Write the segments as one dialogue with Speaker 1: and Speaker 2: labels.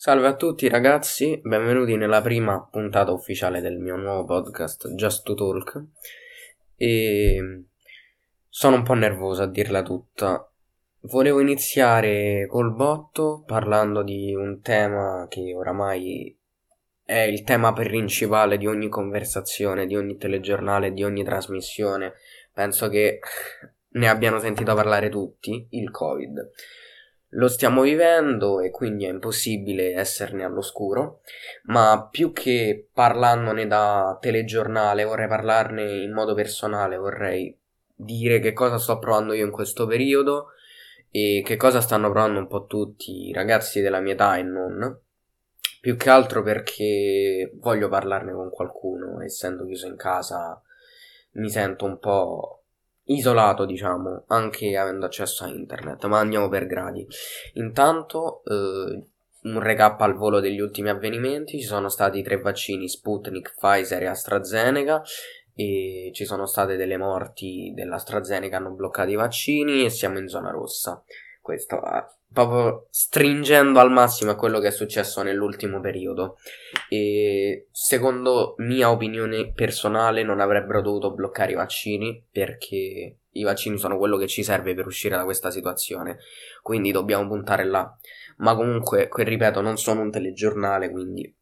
Speaker 1: Salve a tutti ragazzi, benvenuti nella prima puntata ufficiale del mio nuovo podcast Just to Talk. E sono un po' nervoso a dirla tutta. Volevo iniziare col botto parlando di un tema che oramai è il tema principale di ogni conversazione, di ogni telegiornale, di ogni trasmissione. Penso che ne abbiano sentito parlare tutti, il Covid. Lo stiamo vivendo e quindi è impossibile esserne all'oscuro, ma più che parlandone da telegiornale vorrei parlarne in modo personale, vorrei dire che cosa sto provando io in questo periodo e che cosa stanno provando un po' tutti i ragazzi della mia età e non, più che altro perché voglio parlarne con qualcuno. Essendo chiuso in casa mi sento un po' isolato, diciamo, anche avendo accesso a internet, ma andiamo per gradi. Intanto un recap al volo degli ultimi avvenimenti: ci sono stati 3 vaccini Sputnik, Pfizer e AstraZeneca, e ci sono state delle morti dell'AstraZeneca, hanno bloccato i vaccini e siamo in zona rossa. Questo proprio stringendo al massimo a quello che è successo nell'ultimo periodo. E secondo mia opinione personale non avrebbero dovuto bloccare i vaccini, perché i vaccini sono quello che ci serve per uscire da questa situazione, quindi dobbiamo puntare là. Ma comunque, ripeto, non sono un telegiornale, quindi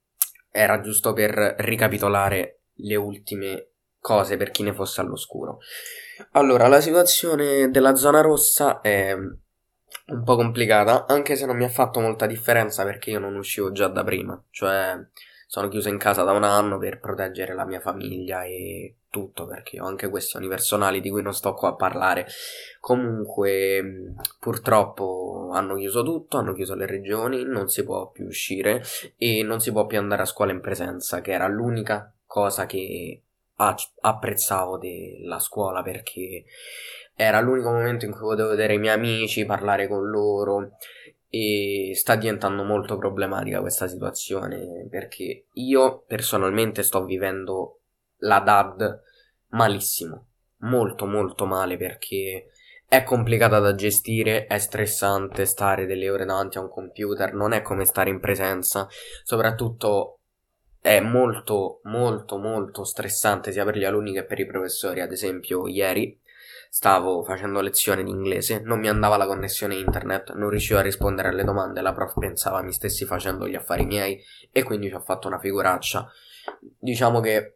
Speaker 1: era giusto per ricapitolare le ultime cose per chi ne fosse all'oscuro. Allora, la situazione della zona rossa è un po' complicata, anche se non mi ha fatto molta differenza perché io non uscivo già da prima, cioè sono chiuso in casa da un anno per proteggere la mia famiglia e tutto, perché ho anche questioni personali di cui non sto qua a parlare. Comunque, purtroppo hanno chiuso tutto, hanno chiuso le regioni, non si può più uscire e non si può più andare a scuola in presenza, che era l'unica cosa che apprezzavo della scuola, perché era l'unico momento in cui potevo vedere i miei amici, parlare con loro. E sta diventando molto problematica questa situazione, perché io personalmente sto vivendo la DAD malissimo, molto molto male, perché è complicata da gestire, è stressante stare delle ore davanti a un computer, non è come stare in presenza. Soprattutto è molto molto molto stressante sia per gli alunni che per i professori. Ad esempio, ieri stavo facendo lezioni di inglese, non mi andava la connessione internet, non riuscivo a rispondere alle domande, la prof pensava mi stessi facendo gli affari miei e quindi ci ho fatto una figuraccia. Diciamo che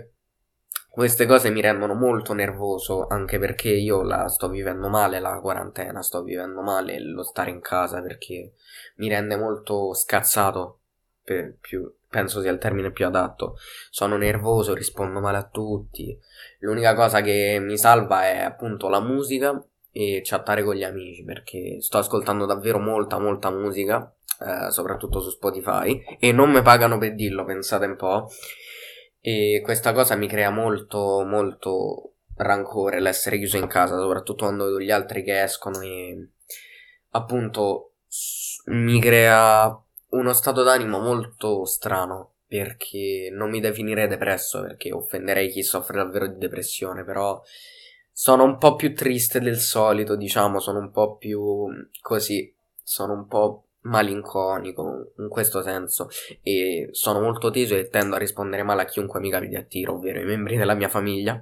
Speaker 1: queste cose mi rendono molto nervoso, anche perché io la sto vivendo male, la quarantena, sto vivendo male lo stare in casa, perché mi rende molto scazzato, penso sia il termine più adatto. Sono nervoso, rispondo male a tutti. L'unica cosa che mi salva è appunto la musica e chattare con gli amici, perché sto ascoltando davvero molta molta musica, soprattutto su Spotify, e non mi pagano per dirlo, pensate un po'. E questa cosa mi crea molto molto rancore, l'essere chiuso in casa, soprattutto quando vedo gli altri che escono, e appunto mi crea uno stato d'animo molto strano, perché non mi definirei depresso, perché offenderei chi soffre davvero di depressione, però sono un po' più triste del solito, diciamo, sono un po' più così, sono un po' malinconico in questo senso, e sono molto teso e tendo a rispondere male a chiunque mi capiti a tiro, ovvero i membri della mia famiglia.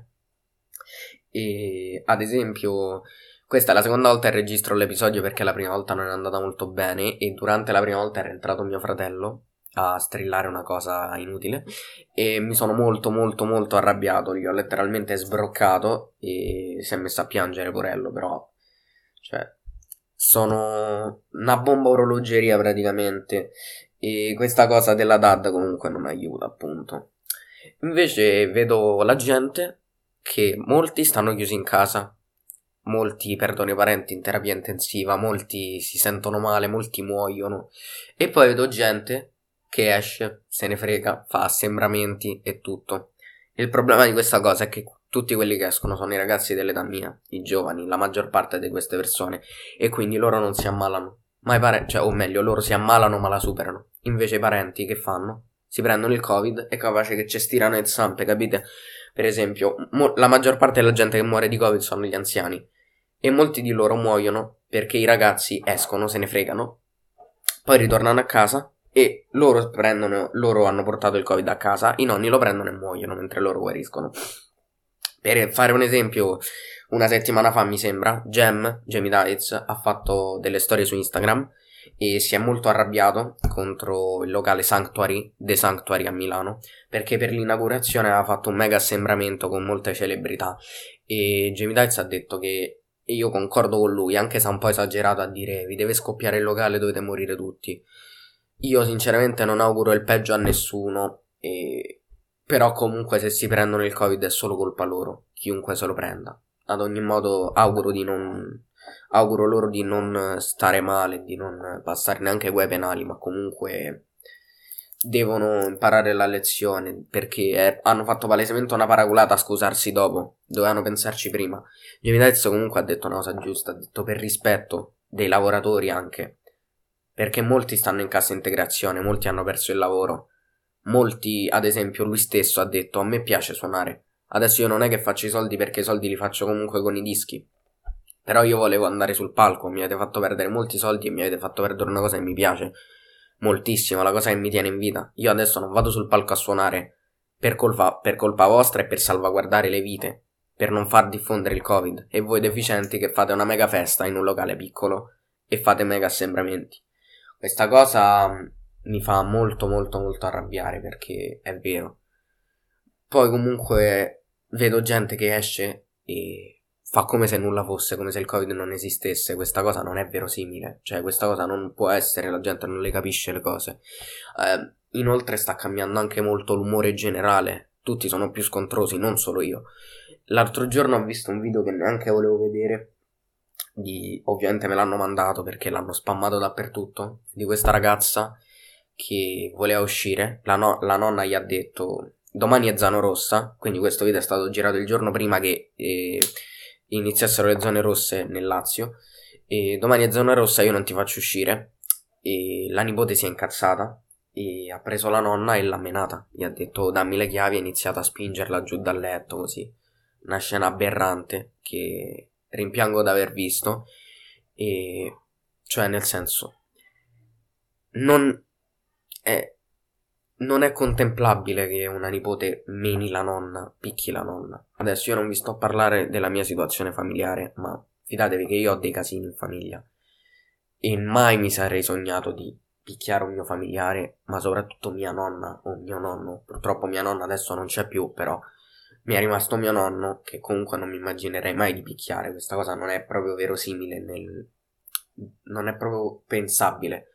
Speaker 1: E ad esempio, questa è la seconda volta che registro l'episodio, perché la prima volta non è andata molto bene e durante la prima volta era entrato mio fratello a strillare una cosa inutile e mi sono molto molto molto arrabbiato, gli ho letteralmente sbroccato e si è messo a piangere, porello. Però cioè sono una bomba a orologeria praticamente, e questa cosa della DAD comunque non aiuta, appunto. Invece vedo la gente che molti stanno chiusi in casa, molti perdono i parenti in terapia intensiva, molti si sentono male, molti muoiono, e poi vedo gente che esce, se ne frega, fa assembramenti e tutto. Il problema di questa cosa è che tutti quelli che escono sono i ragazzi dell'età mia, i giovani, la maggior parte di queste persone, e quindi loro non si ammalano. Ma i parenti, cioè, o meglio, loro si ammalano ma la superano. Invece i parenti che fanno? Si prendono il Covid, è capace che ci stirano le zampe, capite? Per esempio, la maggior parte della gente che muore di Covid sono gli anziani, e molti di loro muoiono perché i ragazzi escono, se ne fregano, poi ritornano a casa e loro hanno portato il Covid a casa, i nonni lo prendono e muoiono mentre loro guariscono. Per fare un esempio, una settimana fa mi sembra, Jamie Dietz ha fatto delle storie su Instagram e si è molto arrabbiato contro il locale The Sanctuary a Milano, perché per l'inaugurazione aveva fatto un mega assembramento con molte celebrità e Jamie Dietz ha detto che, e io concordo con lui, anche se ha un po' esagerato a dire vi deve scoppiare il locale, dovete morire tutti. Io sinceramente non auguro il peggio a nessuno, però comunque se si prendono il Covid è solo colpa loro, chiunque se lo prenda. Ad ogni modo auguro loro di non stare male, di non passare neanche guai penali, ma comunque devono imparare la lezione, perché hanno fatto palesemente una paraculata a scusarsi dopo, dovevano pensarci prima. Giovinezzo comunque ha detto una cosa giusta, ha detto per rispetto dei lavoratori anche, perché molti stanno in cassa integrazione, molti hanno perso il lavoro, molti, ad esempio lui stesso ha detto a me piace suonare, adesso io non è che faccio i soldi perché i soldi li faccio comunque con i dischi, però io volevo andare sul palco, mi avete fatto perdere molti soldi e mi avete fatto perdere una cosa che mi piace moltissimo, la cosa che mi tiene in vita. Io adesso non vado sul palco a suonare per colpa vostra e per salvaguardare le vite, per non far diffondere il Covid, e voi deficienti che fate una mega festa in un locale piccolo e fate mega assembramenti. Questa cosa mi fa molto molto molto arrabbiare, perché è vero. Poi comunque vedo gente che esce e fa come se nulla fosse, come se il Covid non esistesse. Questa cosa non è verosimile, cioè questa cosa non può essere, la gente non le capisce le cose. Inoltre sta cambiando anche molto l'umore generale, tutti sono più scontrosi, non solo io. L'altro giorno ho visto un video che neanche volevo vedere, ovviamente me l'hanno mandato perché l'hanno spammato dappertutto, di questa ragazza che voleva uscire, la nonna gli ha detto domani è zona rossa, quindi questo video è stato girato il giorno prima che iniziassero le zone rosse nel Lazio, e domani è zona rossa, io non ti faccio uscire, e la nipote si è incazzata e ha preso la nonna e l'ha menata, gli ha detto dammi le chiavi e ha iniziato a spingerla giù dal letto, così, una scena aberrante che rimpiango d'aver visto, e cioè nel senso non è contemplabile che una nipote meni la nonna, picchi la nonna. Adesso io non vi sto a parlare della mia situazione familiare, ma fidatevi che io ho dei casini in famiglia e mai mi sarei sognato di picchiare un mio familiare, ma soprattutto mia nonna o mio nonno. Purtroppo mia nonna adesso non c'è più, però mi è rimasto mio nonno, che comunque non mi immaginerei mai di picchiare. Questa cosa non è proprio verosimile, non è proprio pensabile.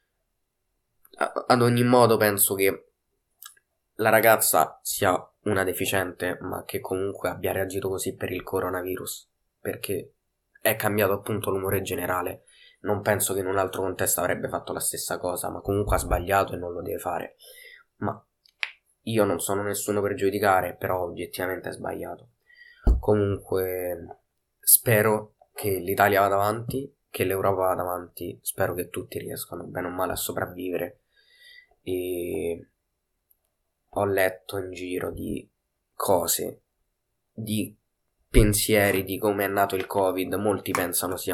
Speaker 1: Ad ogni modo penso che la ragazza sia una deficiente, ma che comunque abbia reagito così per il coronavirus, perché è cambiato appunto l'umore generale. Non penso che in un altro contesto avrebbe fatto la stessa cosa, ma comunque ha sbagliato e non lo deve fare. Ma io non sono nessuno per giudicare, però oggettivamente è sbagliato. Comunque spero che l'Italia vada avanti, che l'Europa vada avanti, spero che tutti riescano bene o male a sopravvivere. E ho letto in giro di cose, di pensieri di come è nato il Covid. Molti pensano sia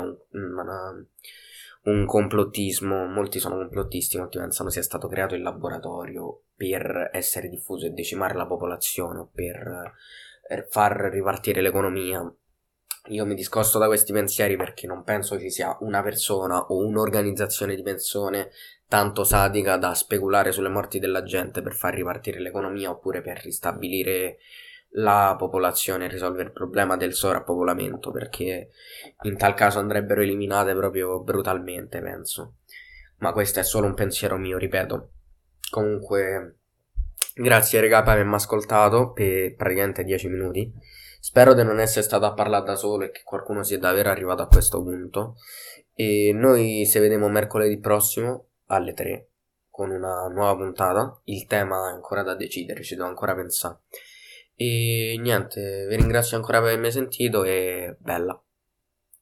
Speaker 1: un complottismo, molti sono complottisti, molti pensano sia stato creato in laboratorio per essere diffuso e decimare la popolazione o per far ripartire l'economia. Io mi discosto da questi pensieri perché non penso ci sia una persona o un'organizzazione di persone tanto sadica da speculare sulle morti della gente per far ripartire l'economia oppure per ristabilire la popolazione e risolvere il problema del sovrappopolamento, perché in tal caso andrebbero eliminate proprio brutalmente, penso. Ma questo è solo un pensiero mio, ripeto. Comunque, grazie raga per avermi ascoltato per praticamente 10 minuti. Spero di non essere stato a parlare da solo e che qualcuno sia davvero arrivato a questo punto. E noi ci vediamo mercoledì prossimo alle 3 con una nuova puntata. Il tema è ancora da decidere, ci devo ancora pensare. E niente, vi ringrazio ancora per avermi sentito e bella.